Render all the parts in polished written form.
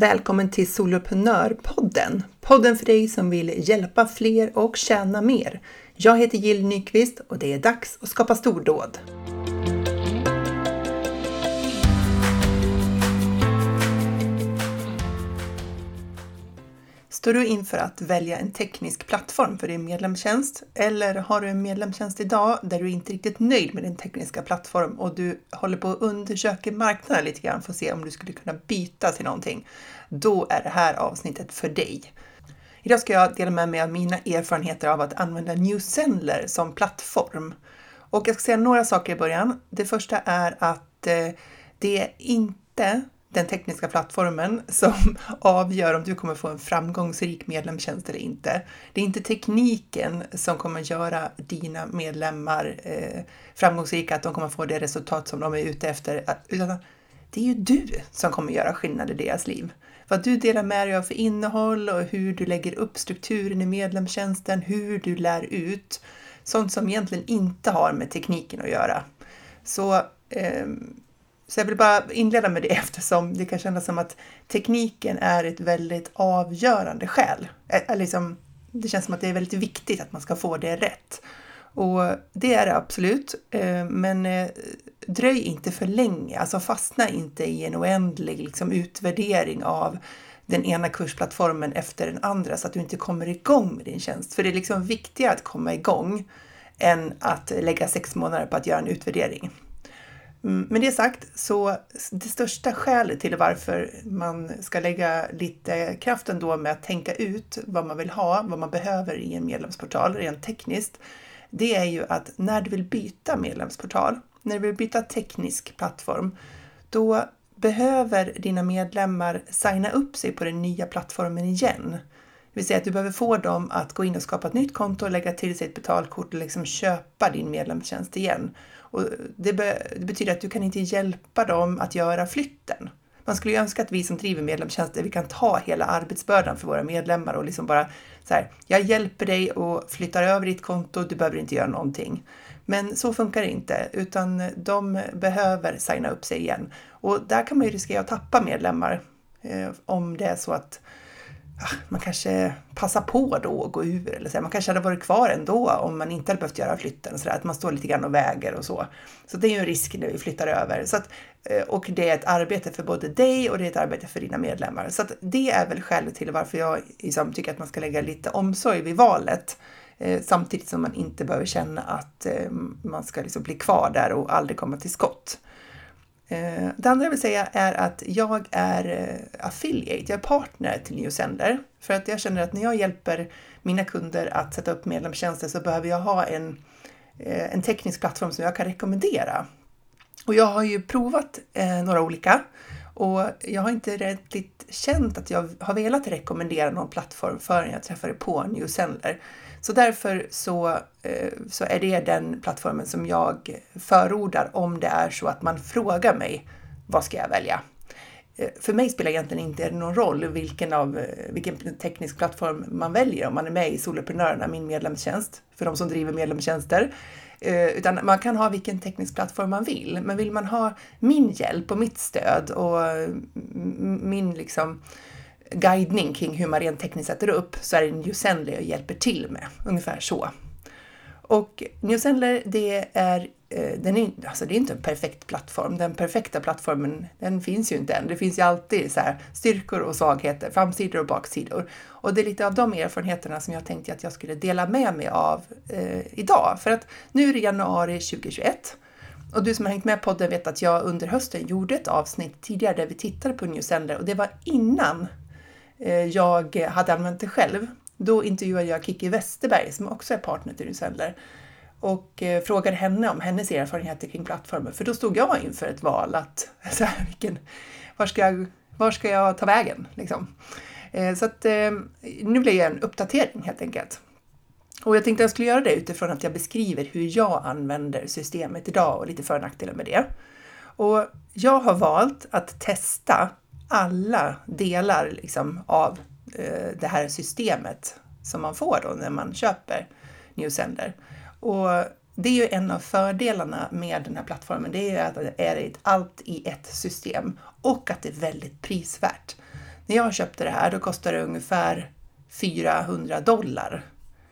Välkommen till Soloprenörpodden. Podden för dig som vill hjälpa fler och tjäna mer. Jag heter Jill Nyqvist och det är dags att skapa stordåd. Står du inför att välja en teknisk plattform för din medlemstjänst? Eller har du en medlemstjänst idag där du inte är riktigt nöjd med din tekniska plattform och du håller på att undersöka marknaden lite grann för att se om du skulle kunna byta till någonting? Då är det här avsnittet för dig. Idag ska jag dela med mig av mina erfarenheter av att använda Newsendler som plattform. Och jag ska säga några saker i början. Det första är att det är inte den tekniska plattformen som avgör om du kommer få en framgångsrik medlemstjänst eller inte. Det är inte tekniken som kommer göra dina medlemmar framgångsrika, att de kommer få det resultat som de är ute efter. Utan det är ju du som kommer göra skillnad i deras liv. Vad du delar med dig av för innehåll och hur du lägger upp strukturen i medlemstjänsten, hur du lär ut. Sånt som egentligen inte har med tekniken att göra. Så jag vill bara inleda med det eftersom det kan kännas som att tekniken är ett väldigt avgörande skäl. Det känns som att det är väldigt viktigt att man ska få det rätt. Och det är det absolut, men dröj inte för länge. Alltså fastna inte i en oändlig utvärdering av den ena kursplattformen efter den andra så att du inte kommer igång med din tjänst. För det är viktigare att komma igång än att lägga 6 månader på att göra en utvärdering. Men det sagt, så det största skälet till varför man ska lägga lite kraft ändå med att tänka ut vad man vill ha, vad man behöver i en medlemsportal rent tekniskt, det är ju att när du vill byta medlemsportal, när du vill byta teknisk plattform, då behöver dina medlemmar signa upp sig på den nya plattformen igen. Det vill säga att du behöver få dem att gå in och skapa ett nytt konto och lägga till sig ett betalkort och köpa din medlemstjänst igen. Och det betyder att du kan inte hjälpa dem att göra flytten. Man skulle ju önska att vi som driver medlemstjänster, vi kan ta hela arbetsbördan för våra medlemmar och bara så här, jag hjälper dig och flyttar över ditt konto, du behöver inte göra någonting. Men så funkar det inte, utan de behöver signa upp sig igen. Och där kan man ju riskera att tappa medlemmar om det är så att man kanske passar på då att gå ur eller så. Man kanske hade varit kvar ändå om man inte hade behövt göra flytten. Så att man står lite grann och väger och så. Så det är ju en risk när vi flyttar över. Så att, och det är ett arbete för både dig och det är ett arbete för dina medlemmar. Så att det är väl skälet till varför jag tycker att man ska lägga lite omsorg vid valet. Samtidigt som man inte behöver känna att man ska bli kvar där och aldrig komma till skott. Det andra jag vill säga är att jag är affiliate, jag är partner till Newsendler. För att jag känner att när jag hjälper mina kunder att sätta upp medlemstjänster så behöver jag ha en teknisk plattform som jag kan rekommendera. Och jag har ju provat några olika och jag har inte riktigt känt att jag har velat rekommendera någon plattform förrän jag träffade på Newsendler. Så därför så är det den plattformen som jag förordar om det är så att man frågar mig vad ska jag välja. För mig spelar egentligen inte någon roll vilken teknisk plattform man väljer om man är med i Soloprenörerna, min medlemstjänst, för de som driver medlemstjänster. Utan man kan ha vilken teknisk plattform man vill. Men vill man ha min hjälp och mitt stöd och min guidning kring hur man rent tekniskt sätter upp så är det Newsendler jag hjälper till med. Ungefär så. Och Newsendler det är inte en perfekt plattform. Den perfekta plattformen den finns ju inte än. Det finns ju alltid styrkor och svagheter, framsidor och baksidor. Och det är lite av de erfarenheterna som jag tänkte att jag skulle dela med mig av idag. För att nu är det januari 2021. Och du som har hängt med podden vet att jag under hösten gjorde ett avsnitt tidigare där vi tittade på Newsendler. Och det var innan jag hade använt det själv. Då intervjuade jag Kiki Westerberg som också är partner till Newsendler och frågade henne om hennes erfarenheter kring plattformen. För då stod jag inför ett val att var ska jag ta vägen? Så att nu blir det en uppdatering helt enkelt. Och jag tänkte att jag skulle göra det utifrån att jag beskriver hur jag använder systemet idag och lite för- och nackdelar med det. Och jag har valt att testa alla delar av det här systemet som man får då när man köper Newsendler. Och det är ju en av fördelarna med den här plattformen. Det är att det är allt i ett system och att det är väldigt prisvärt. När jag köpte det här då kostade det ungefär $400.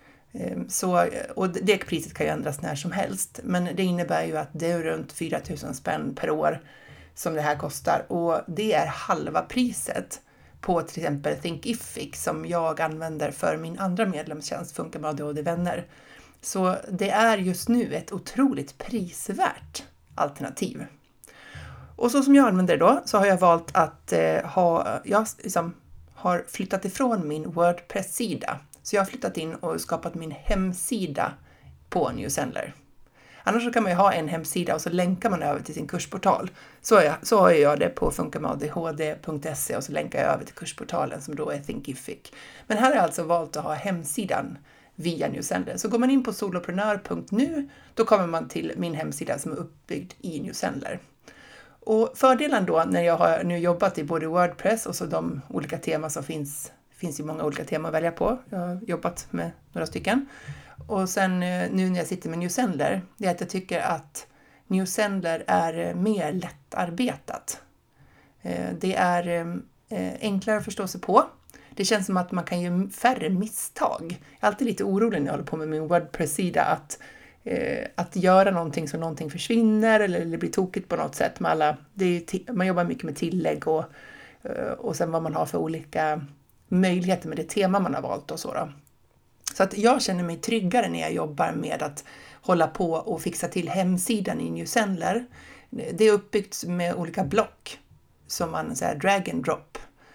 Och det priset kan ju ändras när som helst, men det innebär ju att det är runt 4 000 spänn per år som det här kostar, och det är halva priset på till exempel Thinkific som jag använder för min andra medlemstjänst Funka med ADHD-vänner. Så det är just nu ett otroligt prisvärt alternativ. Och så som jag använder det då så har jag valt att jag har flyttat ifrån min WordPress-sida. Så jag har flyttat in och skapat min hemsida på New Zenler. Annars så kan man ju ha en hemsida och så länkar man över till sin kursportal. Så har jag det på funkamadhd.se och så länkar jag över till kursportalen som då är Thinkific. Men här har jag alltså valt att ha hemsidan via New Zenler. Så går man in på soloprenör.nu då kommer man till min hemsida som är uppbyggd i New Zenler. Och fördelen då när jag har nu jobbat i både WordPress och så de olika teman som finns ju många olika teman att välja på. Jag har jobbat med några stycken. Och sen nu när jag sitter med New Zenler, det är att jag tycker att New Zenler är mer lättarbetat. Det är enklare att förstå sig på. Det känns som att man kan göra färre misstag. Jag är alltid lite orolig när jag håller på med min WordPress-sida att göra någonting så någonting försvinner eller det blir tokigt på något sätt med alla. Man jobbar mycket med tillägg och sen vad man har för olika möjligheter med det tema man har valt och så då. Så att jag känner mig tryggare när jag jobbar med att hålla på och fixa till hemsidan i New Zenler. Det är uppbyggt med olika block som man säger drag and drop.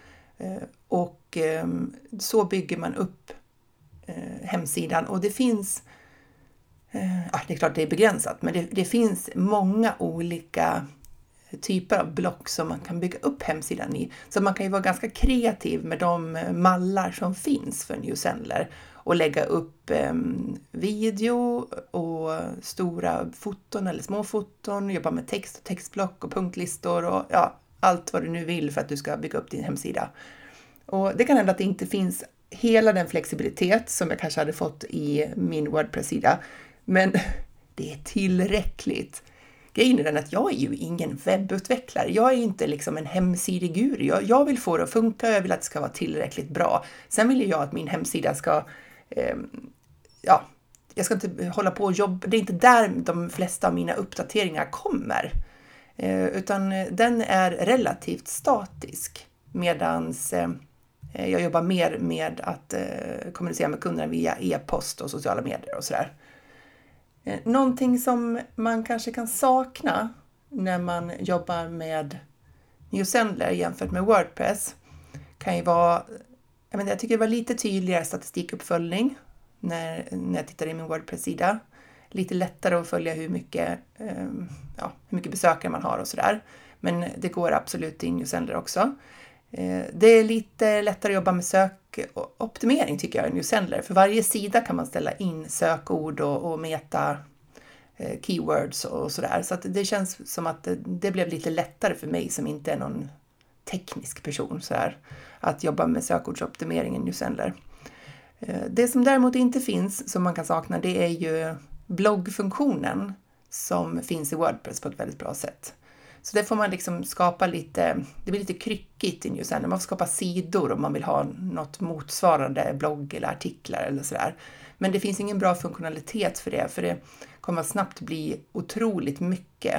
Och så bygger man upp hemsidan och det finns det är klart det är begränsat, men det finns många olika typer av block som man kan bygga upp hemsidan i. Så man kan ju vara ganska kreativ med de mallar som finns för New Zenler och lägga upp video och stora foton eller små foton, jobba med text och textblock och punktlistor och allt vad du nu vill för att du ska bygga upp din hemsida. Och det kan hända att det inte finns hela den flexibilitet som jag kanske hade fått i min WordPress-sida, men det är tillräckligt. Grejen är den att jag är ju ingen webbutvecklare. Jag är inte liksom en hemsidegur. Jag vill få det att funka och jag vill att det ska vara tillräckligt bra. Sen vill jag att min hemsida ska jag ska inte hålla på och jobba. Det är inte där de flesta av mina uppdateringar kommer. Utan den är relativt statisk. Medans jag jobbar mer med att kommunicera med kunderna via e-post och sociala medier och sådär. Någonting som man kanske kan sakna när man jobbar med New Zenler jämfört med WordPress kan ju vara, jag tycker det var lite tydligare statistikuppföljning när jag tittar i min WordPress-sida. Lite lättare att följa hur mycket besökare man har och sådär. Men det går absolut i New Zenler också. Det är lite lättare att jobba med sökoptimering tycker jag i New Zenler. För varje sida kan man ställa in sökord och meta keywords och sådär. Så att det känns som att det blev lite lättare för mig som inte är någon teknisk person sådär, att jobba med sökordsoptimering i New Zenler. Det som däremot inte finns som man kan sakna, det är ju bloggfunktionen som finns i WordPress på ett väldigt bra sätt. Så det får man liksom skapa lite, det blir lite kryckigt i New Zenler. Man får skapa sidor om man vill ha något motsvarande blogg eller artiklar eller sådär. Men det finns ingen bra funktionalitet för det kommer snabbt bli otroligt mycket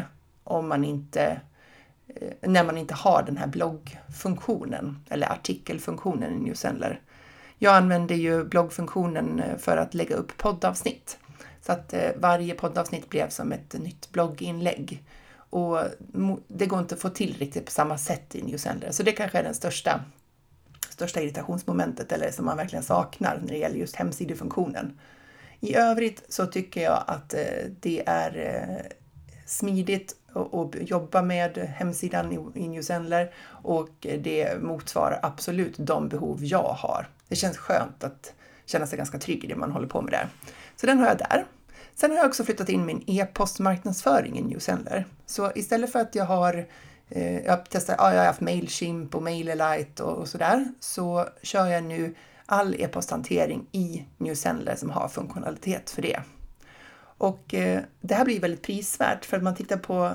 när man inte har den här bloggfunktionen eller artikelfunktionen i New Zenler. Jag använder ju bloggfunktionen för att lägga upp poddavsnitt. Så att varje poddavsnitt blev som ett nytt blogginlägg. Och det går inte att få till riktigt på samma sätt i New Zenler. Så det kanske är den största irritationsmomentet eller som man verkligen saknar när det gäller just hemsidefunktionen. I övrigt så tycker jag att det är smidigt att jobba med hemsidan i New Zenler och det motsvarar absolut de behov jag har. Det känns skönt att känna sig ganska trygg i det man håller på med där. Så den har jag där. Sen har jag också flyttat in min e-postmarknadsföring i New Zenler. Så istället för att jag har haft Mailchimp och MailerLite och sådär, så kör jag nu all e-posthantering i New Zenler som har funktionalitet för det. Och det här blir väldigt prisvärt för att man tittar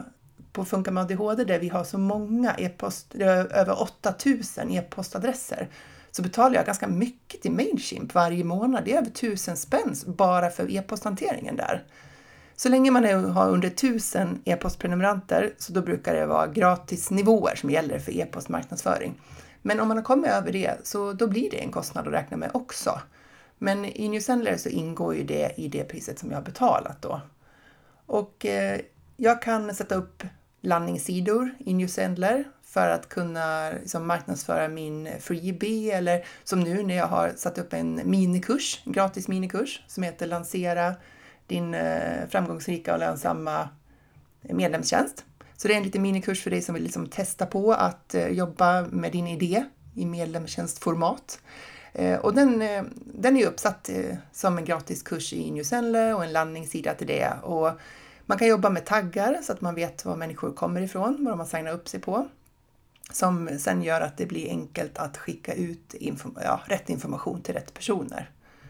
på Funka med ADHD där vi har så många över 8000 e-postadresser, så betalar jag ganska mycket till Mailchimp varje månad. Det är över 1000 spänn bara för e-posthanteringen där. Så länge man har under 1000 e-postprenumeranter, så då brukar det vara gratisnivåer som gäller för e-postmarknadsföring. Men om man har kommit över det, så då blir det en kostnad att räkna med också. Men i Newsendler så ingår ju det i det priset som jag har betalat då. Och jag kan sätta upp landningssidor i Newsendler för att kunna liksom marknadsföra min freebie, eller som nu när jag har satt upp en minikurs, en gratis minikurs som heter Lansera din framgångsrika och lönsamma medlemstjänst. Så det är en liten minikurs för dig som vill liksom testa på att jobba med din idé i medlemstjänstformat. Och den är uppsatt som en gratis kurs i Newsendler och en landningssida till det. Och man kan jobba med taggar så att man vet var människor kommer ifrån, vad de har signat upp sig på. Som sen gör att det blir enkelt att skicka ut rätt information till rätt personer.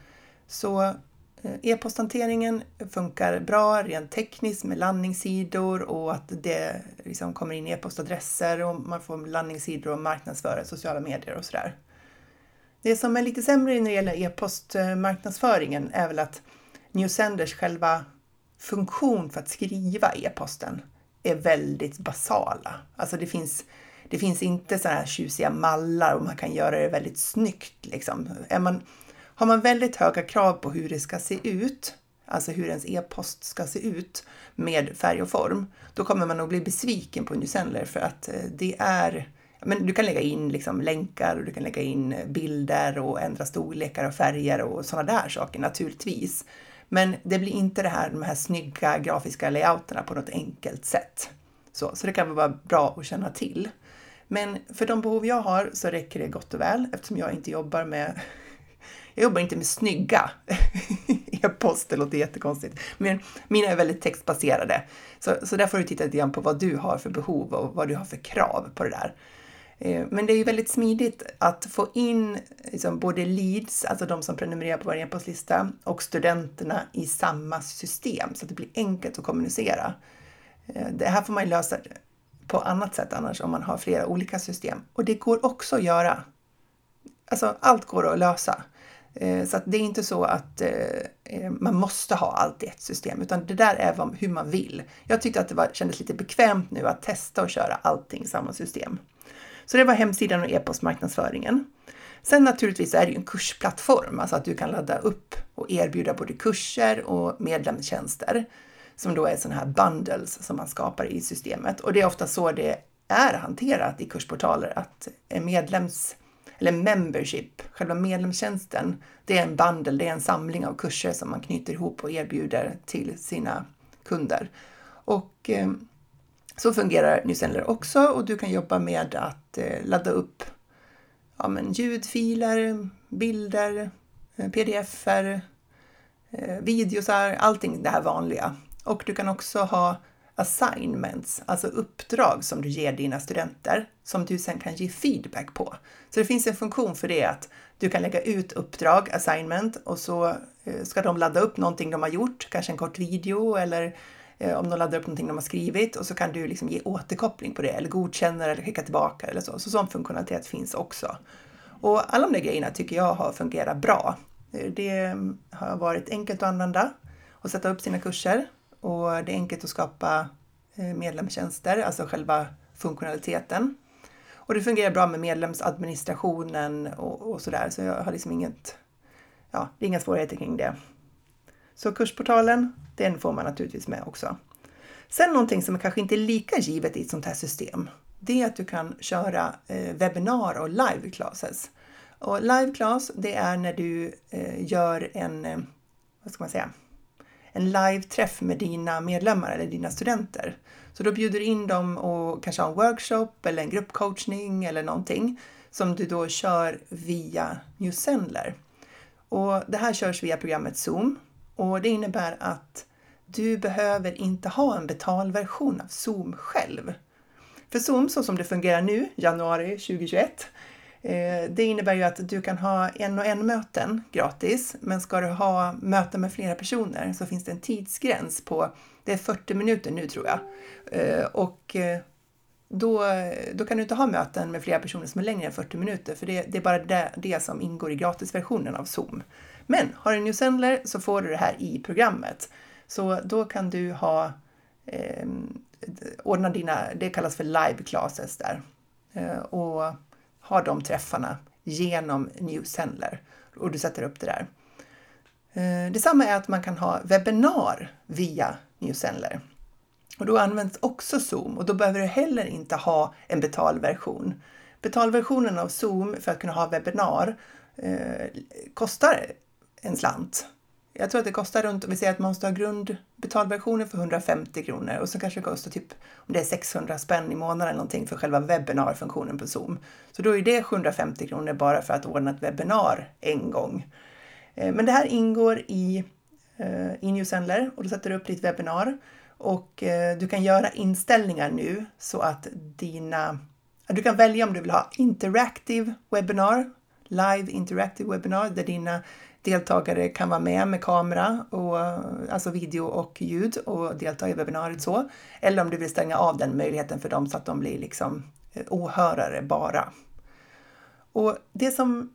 Så e-posthanteringen funkar bra rent tekniskt med landningssidor och att det liksom kommer in e-postadresser och man får landningssidor och marknadsföra sociala medier och sådär. Det som är lite sämre när det gäller e-postmarknadsföringen är väl att Newsenders själva funktion för att skriva e-posten är väldigt basala. Alltså det finns inte så här tjusiga mallar och man kan göra det väldigt snyggt liksom. Har man väldigt höga krav på hur det ska se ut, alltså hur ens e-post ska se ut med färg och form, då kommer man nog bli besviken på Newsendler för att det är... Men du kan lägga in liksom länkar och du kan lägga in bilder och ändra storlekar och färger och sådana där saker naturligtvis. Men det blir inte de här snygga grafiska layouterna på något enkelt sätt. Så det kan vara bra att känna till. Men för de behov jag har så räcker det gott och väl eftersom jag inte jobbar med... Jag jobbar inte med snygga e-post, det låter jättekonstigt. Men mina är väldigt textbaserade. Så där får du titta lite grann på vad du har för behov och vad du har för krav på det där. Men det är ju väldigt smidigt att få in liksom både leads, alltså de som prenumererar på vår e-postlista, och studenterna i samma system så att det blir enkelt att kommunicera. Det här får man lösa på annat sätt annars om man har flera olika system. Och det går också att göra. Alltså allt går att lösa. Så att det är inte så att man måste ha allt i ett system, utan det där är hur man vill. Jag tyckte att det kändes lite bekvämt nu att testa och köra allting i samma system. Så det var hemsidan och e-postmarknadsföringen. Sen naturligtvis är det ju en kursplattform, alltså att du kan ladda upp och erbjuda både kurser och medlemstjänster som då är sådana här bundles som man skapar i systemet. Och det är ofta så det är hanterat i kursportaler att membership, själva medlemstjänsten, det är en bundle, det är en samling av kurser som man knyter ihop och erbjuder till sina kunder. Och så fungerar Newsendler också, och du kan jobba med att ladda upp ljudfiler, bilder, pdf-er, videosar, allting det här vanliga. Och du kan också ha assignments, alltså uppdrag som du ger dina studenter som du sen kan ge feedback på. Så det finns en funktion för det att du kan lägga ut uppdrag, assignment, och så ska de ladda upp någonting de har gjort, kanske en kort video eller om de laddar upp någonting de har skrivit, och så kan du liksom ge återkoppling på det eller godkänna eller skicka tillbaka eller så. Så sån funktionalitet finns också. Och alla de där grejerna tycker jag har fungerat bra. Det har varit enkelt att använda och sätta upp sina kurser, och det är enkelt att skapa medlemstjänster, alltså själva funktionaliteten. Och det fungerar bra med medlemsadministrationen och sådär, så jag har liksom det är inga svårigheter kring det. Så kursportalen, den får man naturligtvis med också. Sen någonting som kanske inte är lika givet i ett sånt här system, det är att du kan köra webbinar och live classes. Och live class, det är när du gör en live-träff med dina medlemmar eller dina studenter. Så då bjuder du in dem och kanske ha en workshop eller en gruppcoachning eller någonting som du då kör via Newsendler. Och det här körs via programmet Zoom, och det innebär att du behöver inte ha en betalversion av Zoom själv. För Zoom, så som det fungerar nu, januari 2021, Det innebär ju att du kan ha 1-1 möten gratis, men ska du ha möten med flera personer så finns det en tidsgräns på, det är 40 minuter nu tror jag. Och då kan du inte ha möten med flera personer som är längre än 40 minuter, för det är bara det som ingår i gratisversionen av Zoom. Men har du en newsendler så får du det här i programmet. Så då kan du ordna det kallas för live classes där. Och ha de träffarna genom newsendler. Och du sätter upp det där. Detsamma är att man kan ha webbinar via newsendler. Och då används också Zoom, och då behöver du heller inte ha en betalversion. Betalversionen av Zoom för att kunna ha webbinar kostar en slant. Jag tror att det kostar runt, vi säger att man måste ha grundbetalversionen för 150 kronor och så kanske det kostar typ, om det är 600 spänn i månaden eller någonting för själva webbinarfunktionen på Zoom. Så då är det 750 kronor bara för att ordna ett webbinar en gång. Men det här ingår i newsendler, och då sätter du upp ditt webbinar. Och du kan göra inställningar nu så att du kan välja om du vill ha interactive webinar, live interactive webinar, där dina deltagare kan vara med kamera, alltså video och ljud, och delta i webbinariet så. Eller om du vill stänga av den möjligheten för dem så att de blir liksom åhörare bara. Och det som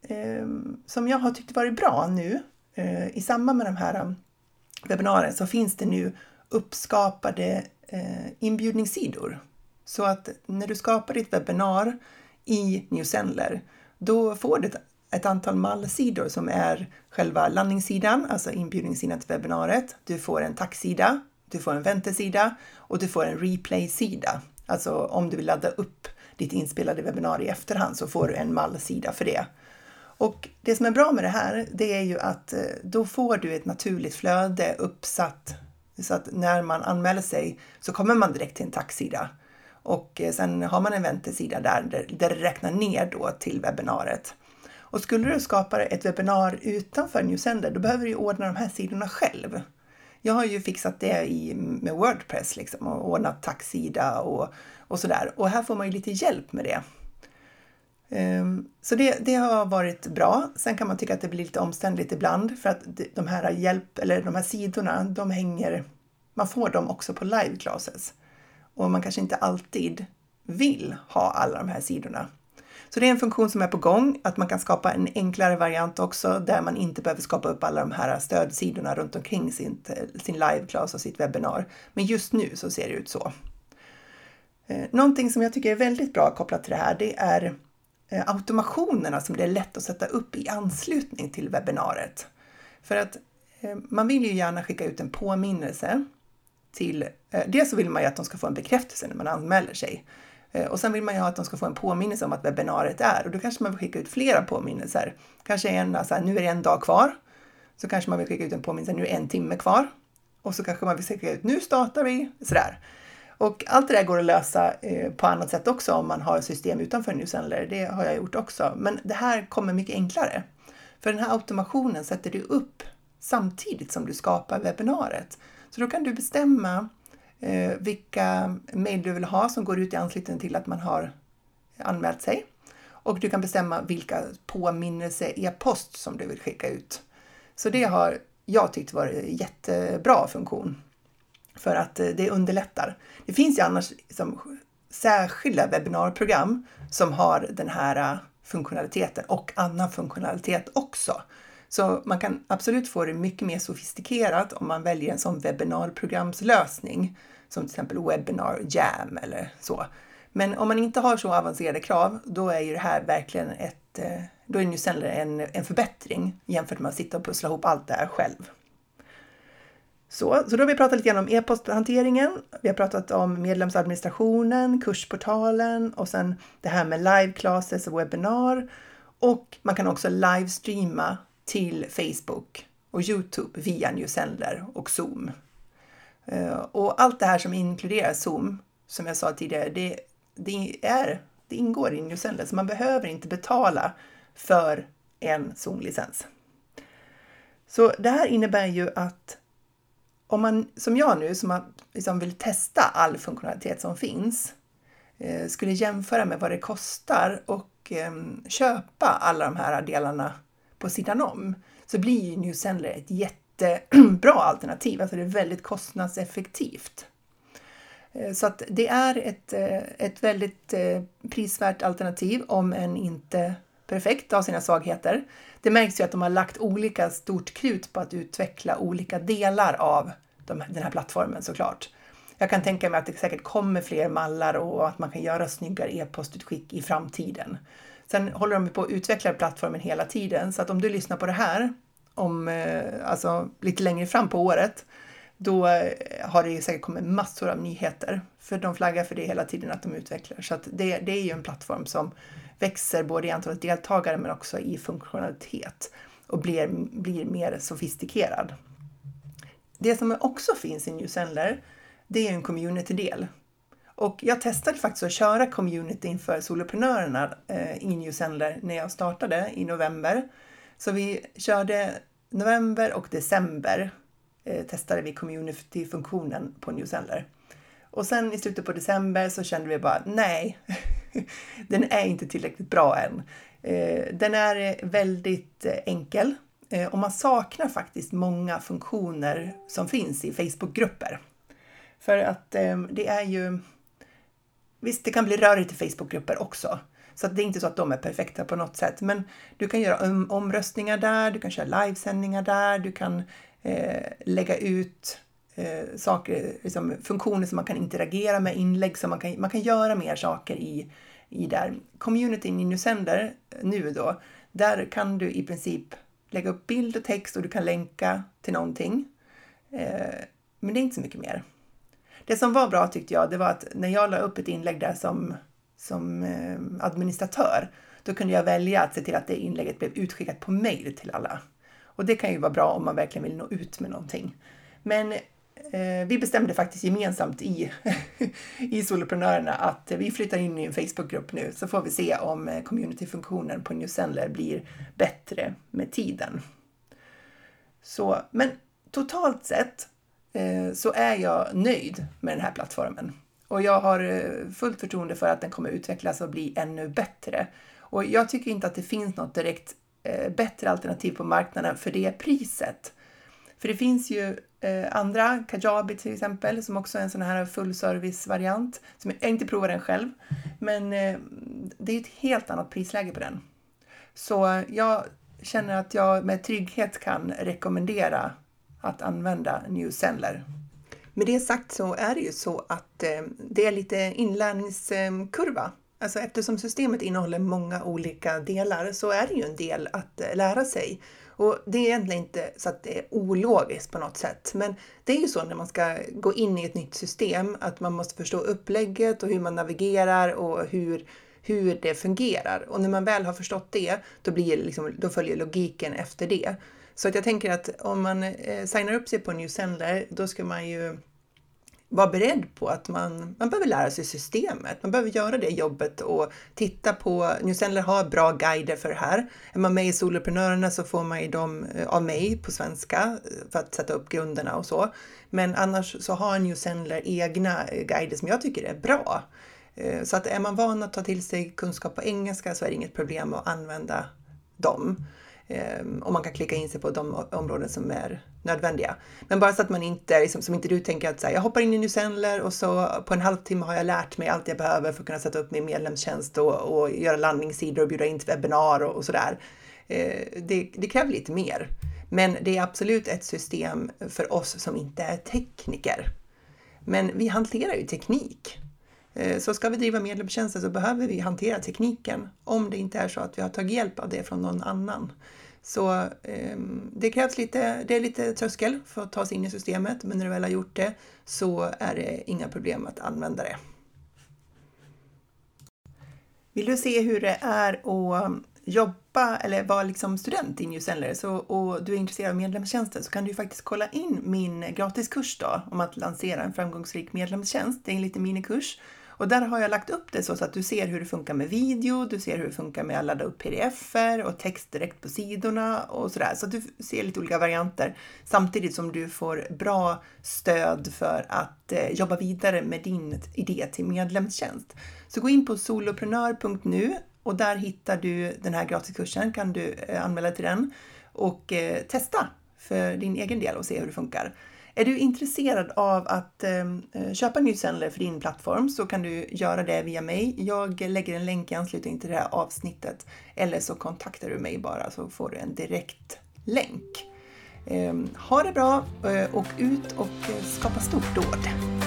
jag har tyckt varit bra nu i samband med de här webbinarierna, så finns det nu uppskapade inbjudningssidor. Så att när du skapar ditt webbinar i newsendler, då får du ett antal mallsidor som är själva landningssidan, alltså inbjudningssidan till webbinariet. Du får en tacksida, du får en väntesida och du får en replay-sida. Alltså om du vill ladda upp ditt inspelade webbinar i efterhand så får du en mallsida för det. Och det som är bra med det här, det är ju att då får du ett naturligt flöde uppsatt, så att när man anmäler sig så kommer man direkt till en tacksida. Och sen har man en väntesida där det räknar ner då till webbinariet. Och skulle du skapa ett webbinar utanför newsendler, då behöver du ordna de här sidorna själv. Jag har ju fixat det med WordPress liksom, och ordnat tacksida och sådär. Och här får man ju lite hjälp med det. Så det har varit bra. Sen kan man tycka att det blir lite omständligt ibland, för att de här sidorna, man får dem också på live classes. Och man kanske inte alltid vill ha alla de här sidorna. Så det är en funktion som är på gång, att man kan skapa en enklare variant också, där man inte behöver skapa upp alla de här stödsidorna runt omkring sin live-class och sitt webbinar. Men just nu så ser det ut så. Någonting som jag tycker är väldigt bra kopplat till det här, det är automationerna som det är lätt att sätta upp i anslutning till webbinariet. För att man vill ju gärna skicka ut en påminnelse till, dels så vill man ju att de ska få en bekräftelse när man anmäler sig. Och sen vill man ju ha att de ska få en påminnelse om att webbinariet är. Och då kanske man vill skicka ut flera påminnelser. Kanske nu är det en dag kvar. Så kanske man vill skicka ut en påminnelse, nu är 1 timme kvar. Och så kanske man vill skicka ut, nu startar vi, sådär. Och allt det där går att lösa på annat sätt också om man har system utanför newsendler. Det har jag gjort också. Men det här kommer mycket enklare. För den här automationen sätter du upp samtidigt som du skapar webbinariet. Så då kan du bestämma vilka mejl du vill ha som går ut i anslutning till att man har anmält sig. Och du kan bestämma vilka påminnelse-e-post som du vill skicka ut. Så det har jag tyckt varit en jättebra funktion. För att det underlättar. Det finns ju annars särskilda webbinarprogram som har den här funktionaliteten och annan funktionalitet också. Så man kan absolut få det mycket mer sofistikerat om man väljer en sån webbinarprogramslösning som till exempel Webinar Jam eller så. Men om man inte har så avancerade krav, då är ju det här verkligen då är newsendler en förbättring jämfört med att sitta och pussla ihop allt det här själv. Så då har vi pratat lite grann om e-posthanteringen, vi har pratat om medlemsadministrationen, kursportalen och sen det här med live classes och webbinar. Och man kan också livestreama till Facebook och YouTube via newsendler och Zoom. Och allt det här som inkluderar Zoom, som jag sa tidigare, det ingår i newsendler, så man behöver inte betala för en Zoom-licens. Så det här innebär ju att om man, som jag nu, som vill testa all funktionalitet som finns, skulle jämföra med vad det kostar och köpa alla de här delarna på sidan om, så blir ju Newsendler ett jättebra alternativ. Alltså det är väldigt kostnadseffektivt. Så att det är ett väldigt prisvärt alternativ, om än inte perfekt av sina svagheter. Det märks ju att de har lagt olika stort krut på att utveckla olika delar av den här plattformen såklart. Jag kan tänka mig att det säkert kommer fler mallar och att man kan göra snyggare e-postutskick i framtiden. Sen håller de på att utveckla plattformen hela tiden, så att om du lyssnar på det här alltså lite längre fram på året, då har det säkert kommit massor av nyheter. För de flaggar för det hela tiden att de utvecklar. Så att det är ju en plattform som växer både i antalet deltagare men också i funktionalitet och blir mer sofistikerad. Det som också finns i Newsendler, det är en community-del. Och jag testade faktiskt att köra community för soloprenörerna i Newsendler när jag startade i november. Så vi körde november och december testade vi community-funktionen på Newsendler. Och sen i slutet på december så kände vi bara, nej, den är inte tillräckligt bra än. Den är väldigt enkel och man saknar faktiskt många funktioner som finns i Facebook-grupper. För att det är ju, visst det kan bli rörigt i Facebook-grupper också. Så att det är inte så att de är perfekta på något sätt. Men du kan göra omröstningar där, du kan köra livesändningar där, du kan lägga ut saker, liksom funktioner som man kan interagera med, inlägg som man kan göra mer saker i där. Communityn i Newsendler nu då, där kan du i princip lägga upp bild och text och du kan länka till någonting. Men det är inte så mycket mer. Det som var bra tyckte jag, det var att när jag la upp ett inlägg där som administratör, då kunde jag välja att se till att det inlägget blev utskickat på mail till alla. Och det kan ju vara bra om man verkligen vill nå ut med någonting. Men vi bestämde faktiskt gemensamt i soloprenörerna att vi flyttar in i en Facebookgrupp nu, så får vi se om communityfunktionen på Newsendler blir bättre med tiden. Så, men totalt sett så är jag nöjd med den här plattformen. Och jag har fullt förtroende för att den kommer utvecklas och bli ännu bättre. Och jag tycker inte att det finns något direkt bättre alternativ på marknaden för det priset. För det finns ju andra, Kajabi till exempel, som också är en sån här fullservice-variant. Som jag inte provar den själv, men det är ett helt annat prisläge på den. Så jag känner att jag med trygghet kan rekommendera att använda Newsendler. Med det sagt så är det ju så att det är lite inlärningskurva. Alltså eftersom systemet innehåller många olika delar så är det ju en del att lära sig. Och det är egentligen inte så att det är ologiskt på något sätt. Men det är ju så när man ska gå in i ett nytt system att man måste förstå upplägget och hur man navigerar och hur det fungerar. Och när man väl har förstått det, då följer logiken efter det. Så att jag tänker att om man signar upp sig på Newsendler, då ska man ju vara beredd på att man behöver lära sig systemet. Man behöver göra det jobbet och titta på, Newsendler har bra guider för det här. Är man med i soloprenörerna så får man ju dem av mig på svenska för att sätta upp grunderna och så. Men annars så har Newsendler egna guider som jag tycker är bra. Så att är man van att ta till sig kunskap på engelska så är det inget problem att använda dem. Och man kan klicka in sig på de områden som är nödvändiga. Men bara så att man inte, som inte du tänker att så här, jag hoppar in i Newsendler och så på en halvtimme har jag lärt mig allt jag behöver för att kunna sätta upp min medlemstjänst och göra landningssidor och bjuda in till webbinar och sådär. Det kräver lite mer. Men det är absolut ett system för oss som inte är tekniker. Men vi hanterar ju teknik. Så ska vi driva medlemstjänster så behöver vi hantera tekniken om det inte är så att vi har tagit hjälp av det från någon annan. Så det krävs det är lite tröskel för att ta sig in i systemet, men när du väl har gjort det så är det inga problem att använda det. Vill du se hur det är att jobba eller vara liksom student i Newsendler och du är intresserad av medlemstjänster, så kan du faktiskt kolla in min gratiskurs då om att lansera en framgångsrik medlemstjänst. Det är en liten minikurs. Och där har jag lagt upp det så att du ser hur det funkar med video, du ser hur det funkar med att ladda upp pdf-er och text direkt på sidorna och sådär. Så att du ser lite olika varianter samtidigt som du får bra stöd för att jobba vidare med din idé till medlemstjänst. Så gå in på soloprenör.nu Och där hittar du den här gratiskursen, kan du anmäla dig till den och testa för din egen del och se hur det funkar. Är du intresserad av att köpa en newsletter för din plattform så kan du göra det via mig. Jag lägger en länk i anslutning till det här avsnittet eller så kontaktar du mig bara så får du en direkt länk. Ha det bra och ut och skapa stort dåd!